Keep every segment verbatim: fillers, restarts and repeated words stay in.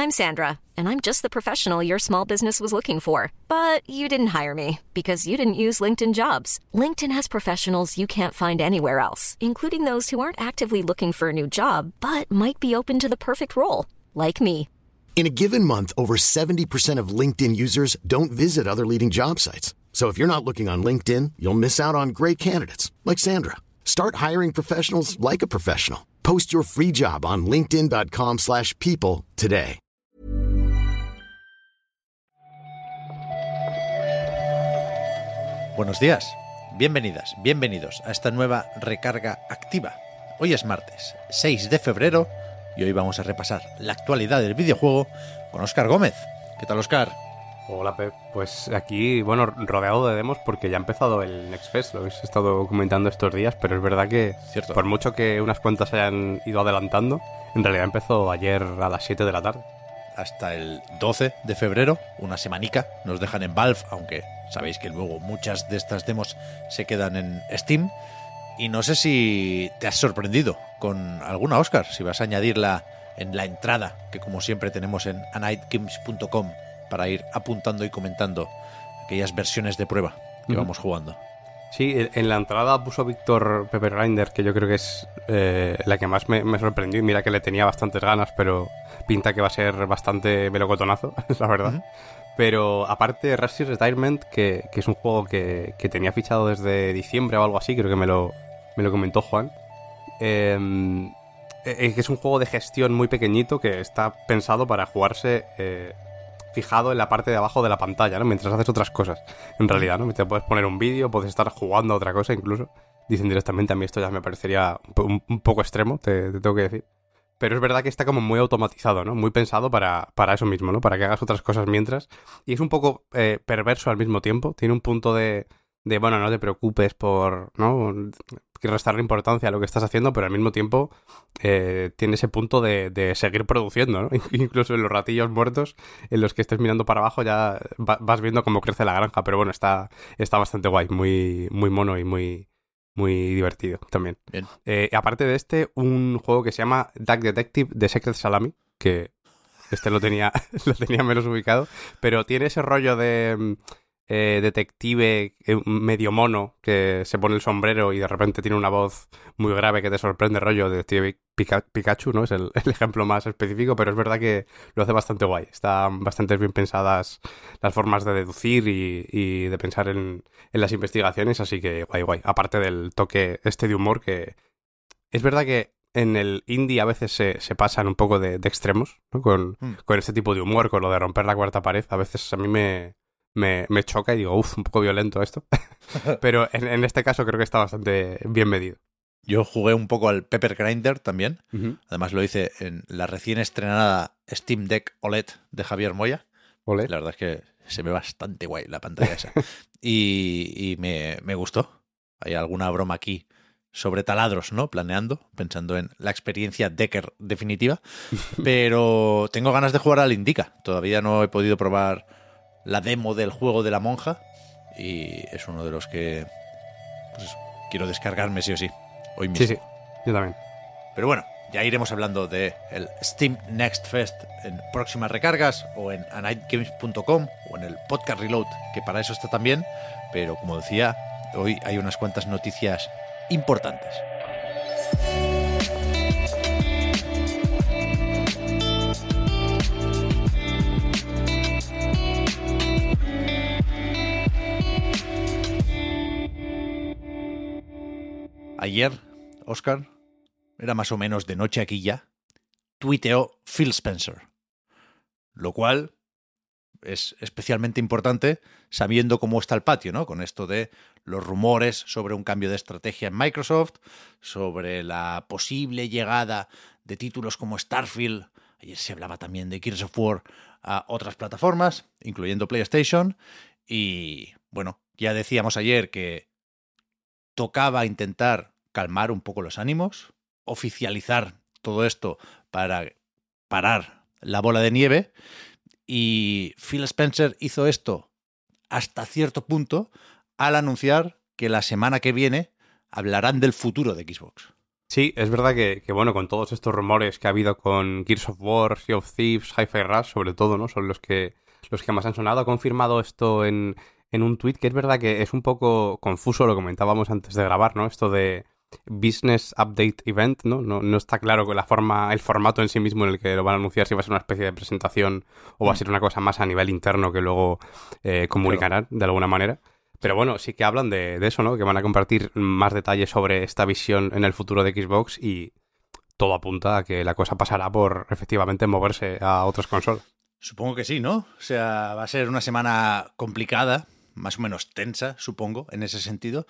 I'm Sandra, and I'm just the professional your small business was looking for. But you didn't hire me because you didn't use LinkedIn Jobs. LinkedIn has professionals you can't find anywhere else, including those who aren't actively looking for a new job, but might be open to the perfect role, like me. In a given month, over seventy percent of LinkedIn users don't visit other leading job sites. So if you're not looking on LinkedIn, you'll miss out on great candidates like Sandra. Start hiring professionals like a professional. Post your free job on linkedin.com slash people today. Buenos días, bienvenidas, bienvenidos a esta nueva recarga activa. Hoy es martes, seis de febrero, y hoy vamos a repasar la actualidad del videojuego con Óscar Gómez. ¿Qué tal, Óscar? Hola, Pep. Pues aquí, bueno, rodeado de demos porque ya ha empezado el Next Fest, lo habéis estado comentando estos días, pero es verdad que Cierto. Por mucho que unas cuantas hayan ido adelantando, en realidad empezó ayer a las siete de la tarde. Hasta el doce de febrero, una semanica, nos dejan en Valve, aunque sabéis que luego muchas de estas demos se quedan en Steam. Y no sé si te has sorprendido con alguna, Óscar, si vas a añadirla en la entrada, que como siempre tenemos en a night games punto com, para ir apuntando y comentando aquellas versiones de prueba que uh-huh. vamos jugando. Sí, en la entrada puso Víctor Pepper Grinder, que yo creo que es eh, la que más me, me sorprendió. Y mira que le tenía bastantes ganas, pero pinta que va a ser bastante melocotonazo, la verdad. Uh-huh. Pero aparte, Rusty's Retirement, que, que es un juego que, que tenía fichado desde diciembre o algo así, creo que me lo, me lo comentó Juan. Eh, eh, que es un juego de gestión muy pequeñito que está pensado para jugarse eh, fijado en la parte de abajo de la pantalla, ¿no? Mientras haces otras cosas, en realidad, ¿no? Te puedes poner un vídeo, puedes estar jugando a otra cosa incluso. Dicen directamente, a mí esto ya me parecería un, un poco extremo, te, te tengo que decir. Pero es verdad que está como muy automatizado, ¿no? Muy pensado para, para eso mismo, ¿no? Para que hagas otras cosas mientras. Y es un poco eh, perverso al mismo tiempo. Tiene un punto de, de, bueno, no te preocupes por, ¿no? restarle importancia a lo que estás haciendo, pero al mismo tiempo eh, tiene ese punto de, de seguir produciendo, ¿no? Incluso en los ratillos muertos en los que estés mirando para abajo ya va, vas viendo cómo crece la granja. Pero bueno, está, está bastante guay, muy, muy mono y muy... muy divertido también. Bien. Eh, aparte de este, un juego que se llama Duck Detective de Secret Salami, que este lo tenía, lo tenía menos ubicado, pero tiene ese rollo de eh, detective eh, medio mono que se pone el sombrero y de repente tiene una voz muy grave que te sorprende, rollo de Detective Pika- Pikachu, ¿no? Es el, el ejemplo más específico, pero es verdad que lo hace bastante guay. Están bastante bien pensadas las formas de deducir y, y de pensar en, en las investigaciones, así que guay, guay. Aparte del toque este de humor, que es verdad que en el indie a veces se, se pasan un poco de, de extremos, ¿no? Con, mm. con este tipo de humor, con lo de romper la cuarta pared. A veces a mí me, me, me choca y digo, uff, un poco violento esto. Pero en, en este caso creo que está bastante bien medido. Yo jugué un poco al Pepper Grinder también. Uh-huh. Además lo hice en la recién estrenada Steam Deck O L E D de Javier Moya. O L E D. La verdad es que se ve bastante guay la pantalla esa. y y me, me gustó. Hay alguna broma aquí sobre taladros, ¿no? Planeando, pensando en la experiencia Decker definitiva. Pero tengo ganas de jugar al Indica. Todavía no he podido probar la demo del juego de la monja. Y es uno de los que pues, quiero descargarme sí o sí. Hoy mismo. Sí, sí, yo también. Pero bueno, ya iremos hablando de el Steam Next Fest en próximas recargas o en a night games punto com o en el Podcast Reload, que para eso está también. Pero como decía, hoy hay unas cuantas noticias importantes. Ayer, Óscar, era más o menos de noche aquí ya, tuiteó Phil Spencer, lo cual es especialmente importante sabiendo cómo está el patio, ¿no? Con esto de los rumores sobre un cambio de estrategia en Microsoft, sobre la posible llegada de títulos como Starfield. Ayer se hablaba también de Gears of War a otras plataformas, incluyendo PlayStation. Y, bueno, ya decíamos ayer que tocaba intentar calmar un poco los ánimos, oficializar todo esto para parar la bola de nieve. Y Phil Spencer hizo esto hasta cierto punto al anunciar que la semana que viene hablarán del futuro de Xbox. Sí, es verdad que, que, bueno, con todos estos rumores que ha habido con Gears of War, Sea of Thieves, Hi-Fi Rush, sobre todo, ¿no? Son los que, los que más han sonado. Ha confirmado esto en, en un tuit, que es verdad que es un poco confuso, lo comentábamos antes de grabar, ¿no? Esto de Business Update Event, ¿no? No, no está claro que la forma, el formato en sí mismo en el que lo van a anunciar, si va a ser una especie de presentación o va a ser una cosa más a nivel interno que luego eh, comunicarán de alguna manera. Pero bueno, sí que hablan de, de eso, ¿no? Que van a compartir más detalles sobre esta visión en el futuro de Xbox y todo apunta a que la cosa pasará por efectivamente moverse a otras consolas. Supongo que sí, ¿no? O sea, va a ser una semana complicada, más o menos tensa, supongo, en ese sentido.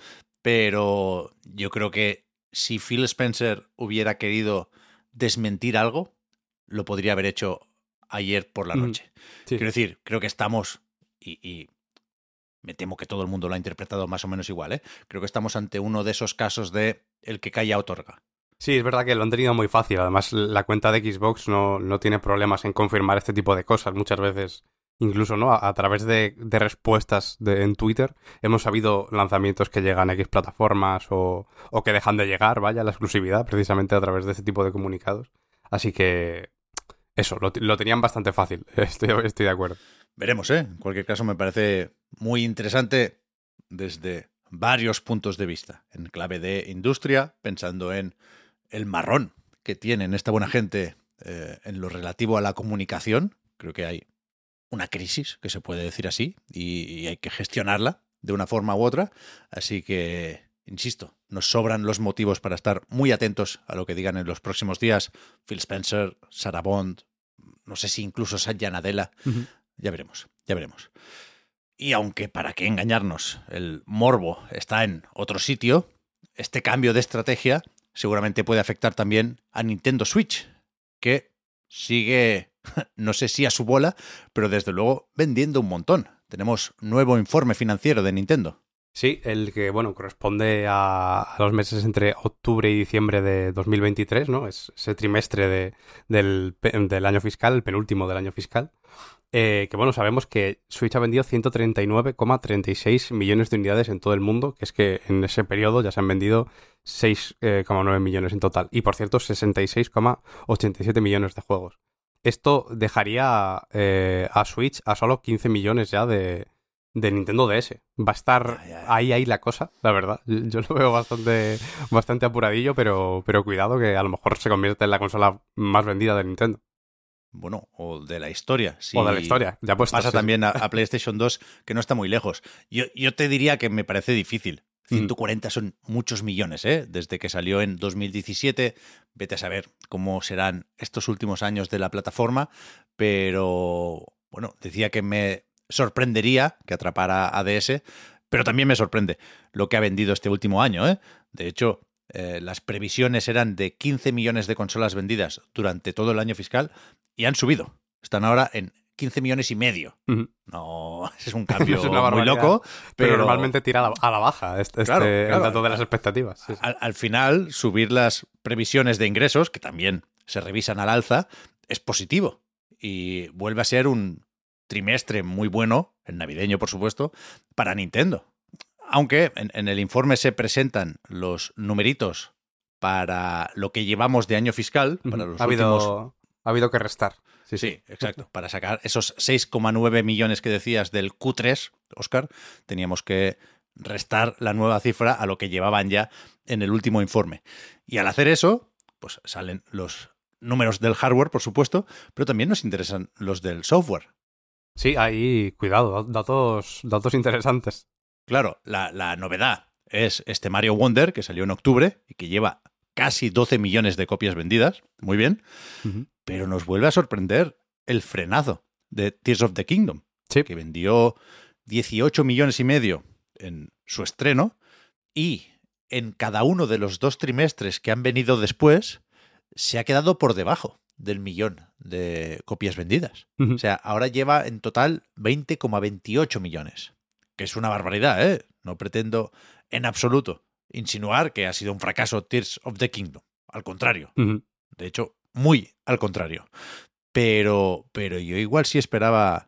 Pero yo creo que si Phil Spencer hubiera querido desmentir algo, lo podría haber hecho ayer por la noche. Mm, sí. Quiero decir, creo que estamos... y, y me temo que todo el mundo lo ha interpretado más o menos igual, ¿eh? Creo que estamos ante uno de esos casos de el que calla otorga. Sí, es verdad que lo han tenido muy fácil. Además, la cuenta de Xbox no, no tiene problemas en confirmar este tipo de cosas. Muchas veces, incluso no a, a través de, de respuestas de, en Twitter, hemos sabido lanzamientos que llegan a X plataformas o, o que dejan de llegar, vaya, la exclusividad, precisamente a través de este tipo de comunicados. Así que eso, lo, lo tenían bastante fácil. Estoy, estoy de acuerdo. Veremos, ¿eh? En cualquier caso, me parece muy interesante desde varios puntos de vista. En clave de industria, pensando en el marrón que tienen esta buena gente eh, en lo relativo a la comunicación. Creo que hay una crisis, que se puede decir así, y, y hay que gestionarla de una forma u otra. Así que, insisto, nos sobran los motivos para estar muy atentos a lo que digan en los próximos días Phil Spencer, Sarah Bond, no sé si incluso Satya Nadella. Uh-huh. Ya veremos, ya veremos. Y aunque para qué engañarnos, el morbo está en otro sitio, este cambio de estrategia seguramente puede afectar también a Nintendo Switch, que sigue, no sé si a su bola, pero desde luego vendiendo un montón. Tenemos nuevo informe financiero de Nintendo. Sí, el que, bueno, corresponde a, a los meses entre octubre y diciembre de dos mil veintitrés, ¿no? Es ese trimestre de, del, del año fiscal, el penúltimo del año fiscal. Eh, que bueno, sabemos que Switch ha vendido ciento treinta y nueve coma treinta y seis millones de unidades en todo el mundo, que es que en ese periodo ya se han vendido seis coma nueve millones en total. Y por cierto, sesenta y seis coma ochenta y siete millones de juegos. Esto dejaría eh, a Switch a solo quince millones ya de, de Nintendo D S. Va a estar ay, ay. ahí, ahí la cosa, la verdad. Yo, yo lo veo bastante, bastante apuradillo, pero, pero cuidado que a lo mejor se convierte en la consola más vendida de Nintendo. Bueno, o de la historia. Si o de la historia, ya puesto. Pasa sí. también a, a PlayStation dos, que no está muy lejos. Yo, yo te diría que me parece difícil. ciento cuarenta mm. son muchos millones, ¿eh? Desde que salió en dos mil diecisiete. Vete a saber cómo serán estos últimos años de la plataforma. Pero, bueno, decía que me sorprendería que atrapara a D S, pero también me sorprende lo que ha vendido este último año, ¿eh? De hecho, eh, las previsiones eran de quince millones de consolas vendidas durante todo el año fiscal y han subido. Están ahora en quince millones y medio. Uh-huh. No, es un cambio es muy loco. Pero, pero normalmente tira a la, a la baja este, claro, este, claro, el dato de las expectativas. Sí, sí. Al, al final, subir las previsiones de ingresos, que también se revisan al alza, es positivo. Y vuelve a ser un trimestre muy bueno, el navideño por supuesto, para Nintendo. Aunque en, en el informe se presentan los numeritos para lo que llevamos de año fiscal, para los ha habido, últimos... Ha habido que restar. Sí, sí, exacto. Para sacar esos seis coma nueve millones que decías del Q tres, Óscar, teníamos que restar la nueva cifra a lo que llevaban ya en el último informe. Y al hacer eso, pues salen los números del hardware, por supuesto, pero también nos interesan los del software. Sí, ahí, cuidado, datos, datos interesantes. Claro, la, la novedad es este Mario Wonder, que salió en octubre y que lleva casi doce millones de copias vendidas. Muy bien. Uh-huh. Pero nos vuelve a sorprender el frenazo de Tears of the Kingdom, sí. que vendió dieciocho millones y medio en su estreno y en cada uno de los dos trimestres que han venido después se ha quedado por debajo del millón de copias vendidas. Uh-huh. O sea, ahora lleva en total veinte coma veintiocho millones, que es una barbaridad, ¿eh? No pretendo en absoluto insinuar que ha sido un fracaso Tears of the Kingdom. Al contrario. Uh-huh. De hecho, muy al contrario. Pero, pero yo igual sí esperaba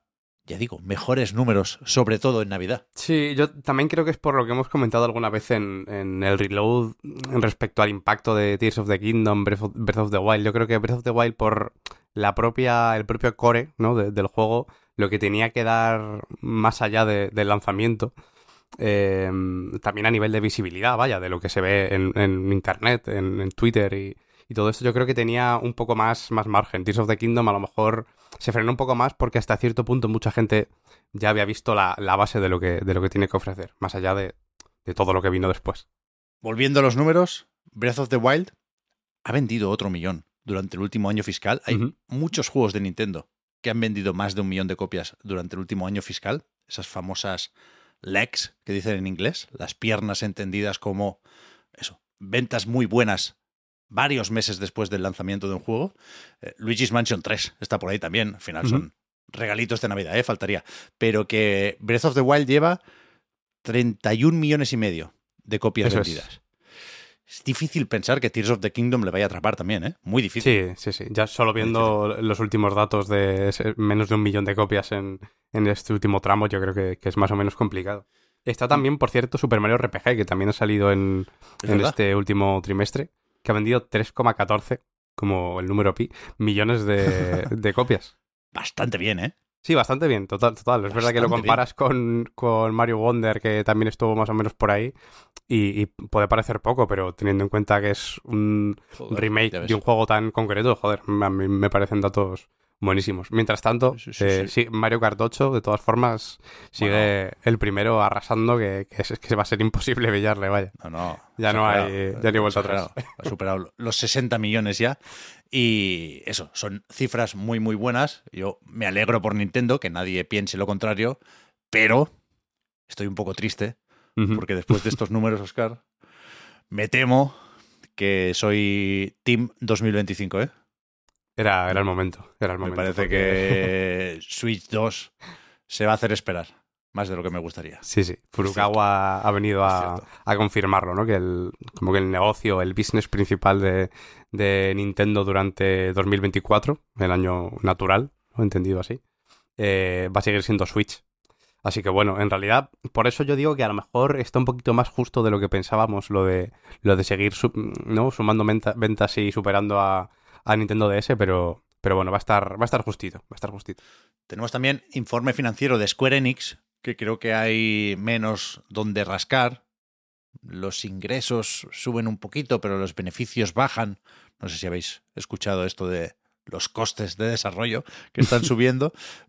ya digo, mejores números, sobre todo en Navidad. Sí, yo también creo que es por lo que hemos comentado alguna vez en, en el Reload respecto al impacto de Tears of the Kingdom, Breath of, Breath of the Wild. Yo creo que Breath of the Wild, por la propia, el propio core, ¿no? de, del juego, lo que tenía que dar más allá de, del lanzamiento, eh, también a nivel de visibilidad, vaya, de lo que se ve en, en internet, en, en Twitter y, y todo esto, yo creo que tenía un poco más, más margen. Tears of the Kingdom a lo mejor se frenó un poco más porque hasta cierto punto mucha gente ya había visto la, la base de lo que, de lo que tiene que ofrecer, más allá de, de todo lo que vino después. Volviendo a los números, Breath of the Wild ha vendido otro millón durante el último año fiscal. Hay uh-huh. muchos juegos de Nintendo que han vendido más de un millón de copias durante el último año fiscal. Esas famosas legs que dicen en inglés, las piernas entendidas como eso, ventas muy buenas varios meses después del lanzamiento de un juego. Eh, Luigi's Mansion tres está por ahí también. Al final uh-huh. son regalitos de Navidad, ¿eh? Faltaría. Pero que Breath of the Wild lleva treinta y un millones y medio de copias Eso vendidas. Es. es difícil pensar que Tears of the Kingdom le vaya a atrapar también, ¿eh? Muy difícil. Sí, sí, sí. Ya solo viendo los últimos datos de ese, menos de un millón de copias en, en este último tramo, yo creo que, que es más o menos complicado. Está también, por cierto, Super Mario R P G, que también ha salido en, en este último trimestre, que ha vendido tres coma catorce, como el número pi, millones de, de copias. Bastante bien, ¿eh? Sí, bastante bien, total, total. Es bastante verdad que lo comparas con, con Mario Wonder, que también estuvo más o menos por ahí, y, y puede parecer poco, pero teniendo en cuenta que es un joder, remake de un juego tan concreto, joder, a mí me parecen datos buenísimos. Mientras tanto, sí, sí, eh, sí. Sí, Mario Kart ocho, de todas formas, sigue bueno. el primero arrasando, que, que, es, que va a ser imposible pillarle, vaya. No, no. Ya no hay, ya ni vuelta atrás. Ha superado los sesenta millones ya. Y eso, son cifras muy, muy buenas. Yo me alegro por Nintendo, que nadie piense lo contrario, pero estoy un poco triste, uh-huh. porque después de estos números, Óscar, me temo que soy Team dos mil veinticinco, ¿eh? Era, era el momento, era el momento. Me parece porque... que Switch dos se va a hacer esperar, más de lo que me gustaría. Sí, sí. Furukawa ha venido a, a confirmarlo, ¿no? Que el, como que el negocio, el business principal de, de Nintendo durante dos mil veinticuatro, el año natural, ¿no? Entendido así, eh, va a seguir siendo Switch. Así que bueno, en realidad, por eso yo digo que a lo mejor está un poquito más justo de lo que pensábamos, lo de, lo de seguir ¿no? sumando venta, ventas y superando a... a Nintendo D S, pero, pero bueno, va a estar, va a estar justito, va a estar justito. Tenemos también informe financiero de Square Enix, que creo que hay menos donde rascar. Los ingresos suben un poquito, pero los beneficios bajan. No sé si habéis escuchado esto de los costes de desarrollo que están subiendo,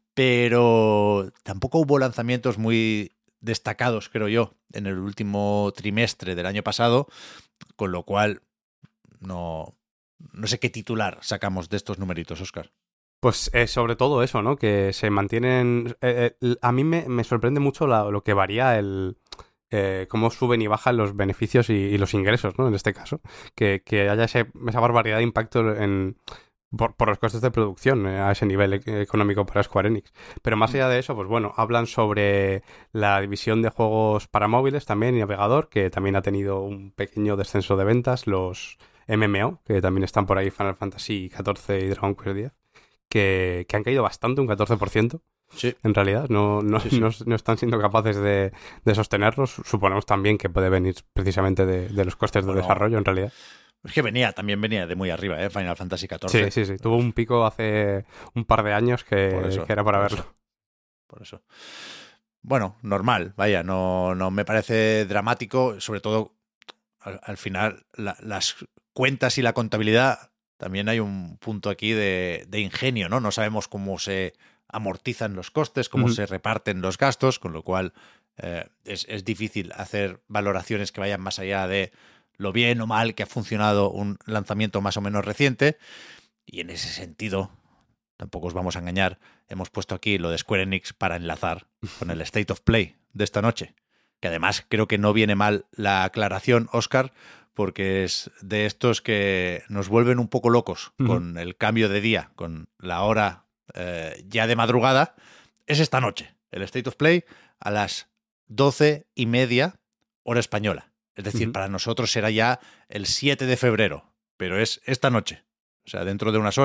pero tampoco hubo lanzamientos muy destacados, creo yo, en el último trimestre del año pasado, con lo cual no... No sé qué titular sacamos de estos numeritos, Óscar. Pues eh, sobre todo eso, ¿no? Que se mantienen... Eh, eh, a mí me, me sorprende mucho la, lo que varía el... Eh, cómo suben y bajan los beneficios y, y los ingresos, ¿no? En este caso. Que, que haya ese, esa barbaridad de impacto en... Por, por los costes de producción eh, a ese nivel e- económico para Square Enix. Pero más allá de eso, pues bueno, hablan sobre la división de juegos para móviles también y navegador, que también ha tenido un pequeño descenso de ventas. Los... M M O, que también están por ahí, Final Fantasy catorce y Dragon Quest diez, que, que han caído bastante, un catorce por ciento. Sí. En realidad, no, no, sí, sí. no, no están siendo capaces de, de sostenerlos. Suponemos también que puede venir precisamente de, de los costes de bueno, desarrollo, en realidad. Es que venía, también venía de muy arriba, ¿eh? Final Fantasy catorce. Sí, sí, sí. Tuvo un pico hace un par de años que, eso, que era para por verlo. Eso. Por eso. Bueno, normal, vaya, no, no me parece dramático, sobre todo al, al final la, las cuentas y la contabilidad, también hay un punto aquí de, de ingenio, ¿no? No sabemos cómo se amortizan los costes, cómo uh-huh. se reparten los gastos, con lo cual eh, es, es difícil hacer valoraciones que vayan más allá de lo bien o mal que ha funcionado un lanzamiento más o menos reciente. Y en ese sentido, tampoco os vamos a engañar, hemos puesto aquí lo de Square Enix para enlazar con el State of Play de esta noche, que además creo que no viene mal la aclaración, Óscar, porque es de estos que nos vuelven un poco locos uh-huh. con el cambio de día, con la hora eh, ya de madrugada. Es esta noche, el State of Play a las doce y media hora española. Es decir, uh-huh. para nosotros será ya el siete de febrero, pero es esta noche. O sea, dentro de unas horas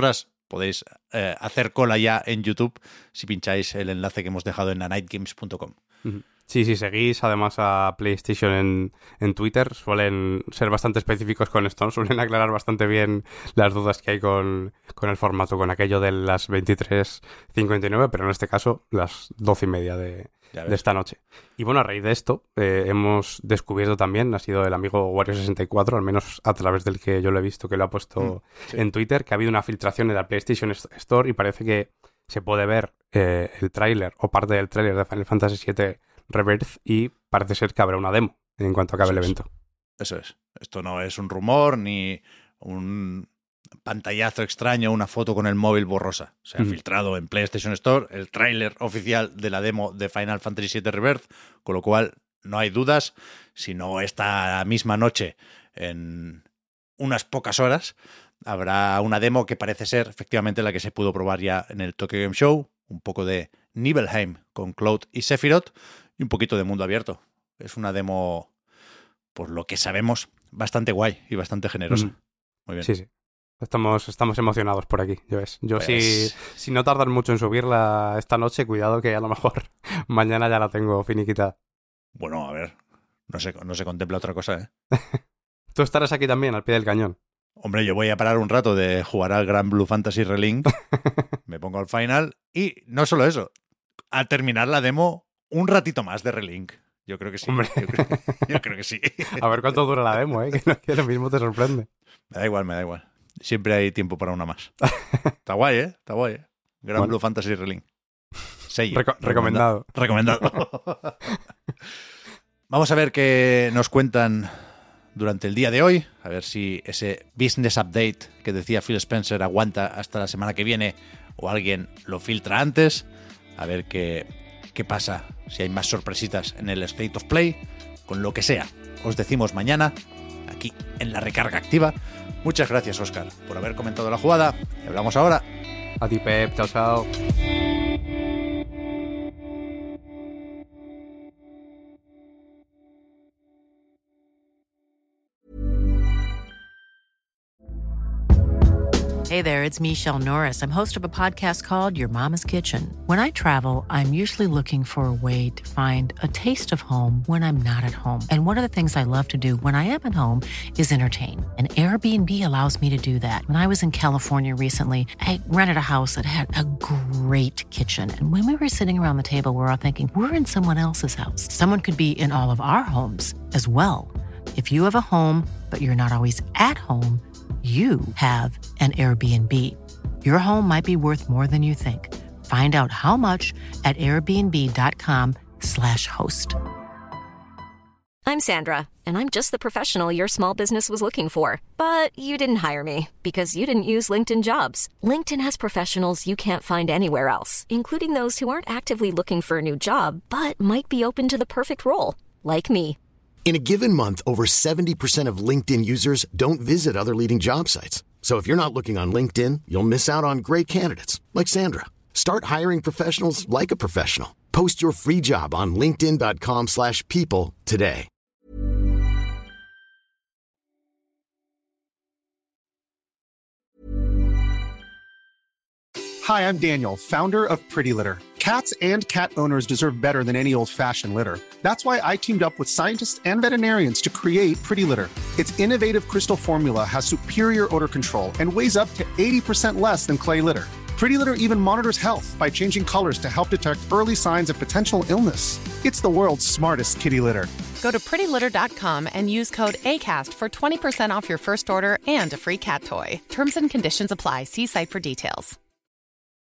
podéis eh, hacer cola ya en YouTube si pincháis el enlace que hemos dejado en a night games punto com. Uh-huh. Sí, si seguís además a PlayStation en, en Twitter, suelen ser bastante específicos con esto, ¿no? Suelen aclarar bastante bien las dudas que hay con, con el formato, con aquello de las veintitrés cincuenta y nueve, pero en este caso las doce y media de, de esta noche. Y bueno, a raíz de esto eh, hemos descubierto también, ha sido el amigo Wario sesenta y cuatro, al menos a través del que yo lo he visto, que lo ha puesto mm, sí. en Twitter, que ha habido una filtración en la PlayStation Store y parece que se puede ver eh, el tráiler o parte del tráiler de Final Fantasy siete Rebirth y parece ser que habrá una demo en cuanto acabe Eso el es. evento. Eso es. Esto no es un rumor ni un pantallazo extraño, una foto con el móvil borrosa. Se ha mm. filtrado en PlayStation Store el tráiler oficial de la demo de Final Fantasy siete Rebirth, con lo cual no hay dudas. Si no esta misma noche, en unas pocas horas, habrá una demo que parece ser efectivamente la que se pudo probar ya en el Tokyo Game Show, un poco de Nibelheim con Cloud y Sephiroth y un poquito de mundo abierto. Es una demo, por lo que sabemos, bastante guay y bastante generosa. Mm. Muy bien. Sí, sí. Estamos, estamos emocionados por aquí, yo ves. Yo pues... si, si no tardan mucho en subirla esta noche, cuidado que a lo mejor mañana ya la tengo finiquitada. Bueno, a ver, no se, no se contempla otra cosa, ¿eh? Tú estarás aquí también, al pie del cañón. Hombre, yo voy a parar un rato de jugar al Gran Blue Fantasy Relink, me pongo al final y no solo eso, al terminar la demo, un ratito más de Relink. Yo creo que sí. Hombre. Yo creo, yo creo que sí. A ver cuánto dura la demo, ¿eh? Que, no, que lo mismo te sorprende. Me da igual, me da igual. Siempre hay tiempo para una más. Está guay, ¿eh? Está guay, ¿eh? Gran bueno. Blue Fantasy Relink. Reco- recomendado. Recomendado. Vamos a ver qué nos cuentan durante el día de hoy, a ver si ese business update que decía Phil Spencer aguanta hasta la semana que viene o alguien lo filtra antes, a ver qué, qué pasa, si hay más sorpresitas en el State of Play, con lo que sea. Os decimos mañana, aquí en La Recarga Activa. Muchas gracias, Óscar, por haber comentado la jugada. Y hablamos ahora. A ti, Pep. Chao, chao. Hey there, it's Michelle Norris. I'm host of a podcast called Your Mama's Kitchen. When I travel, I'm usually looking for a way to find a taste of home when I'm not at home. And one of the things I love to do when I am at home is entertain. And Airbnb allows me to do that. When I was in California recently, I rented a house that had a great kitchen. And when we were sitting around the table, we were all thinking, we're in someone else's house. Someone could be in all of our homes as well. If you have a home, but you're not always at home, you have an Airbnb. Your home might be worth more than you think. Find out how much at airbnb.com slash host. I'm Sandra, and I'm just the professional your small business was looking for. But you didn't hire me because you didn't use LinkedIn Jobs. LinkedIn has professionals you can't find anywhere else, including those who aren't actively looking for a new job, but might be open to the perfect role, like me. In a given month, over seventy percent of LinkedIn users don't visit other leading job sites. So if you're not looking on LinkedIn, you'll miss out on great candidates like Sandra. Start hiring professionals like a professional. Post your free job on linkedin.com slash people today. Hi, I'm Daniel, founder of Pretty Litter. Cats and cat owners deserve better than any old-fashioned litter. That's why I teamed up with scientists and veterinarians to create Pretty Litter. Its innovative crystal formula has superior odor control and weighs up to eighty percent less than clay litter. Pretty Litter even monitors health by changing colors to help detect early signs of potential illness. It's the world's smartest kitty litter. Go to pretty litter dot com and use code ACAST for twenty percent off your first order and a free cat toy. Terms and conditions apply. See site for details.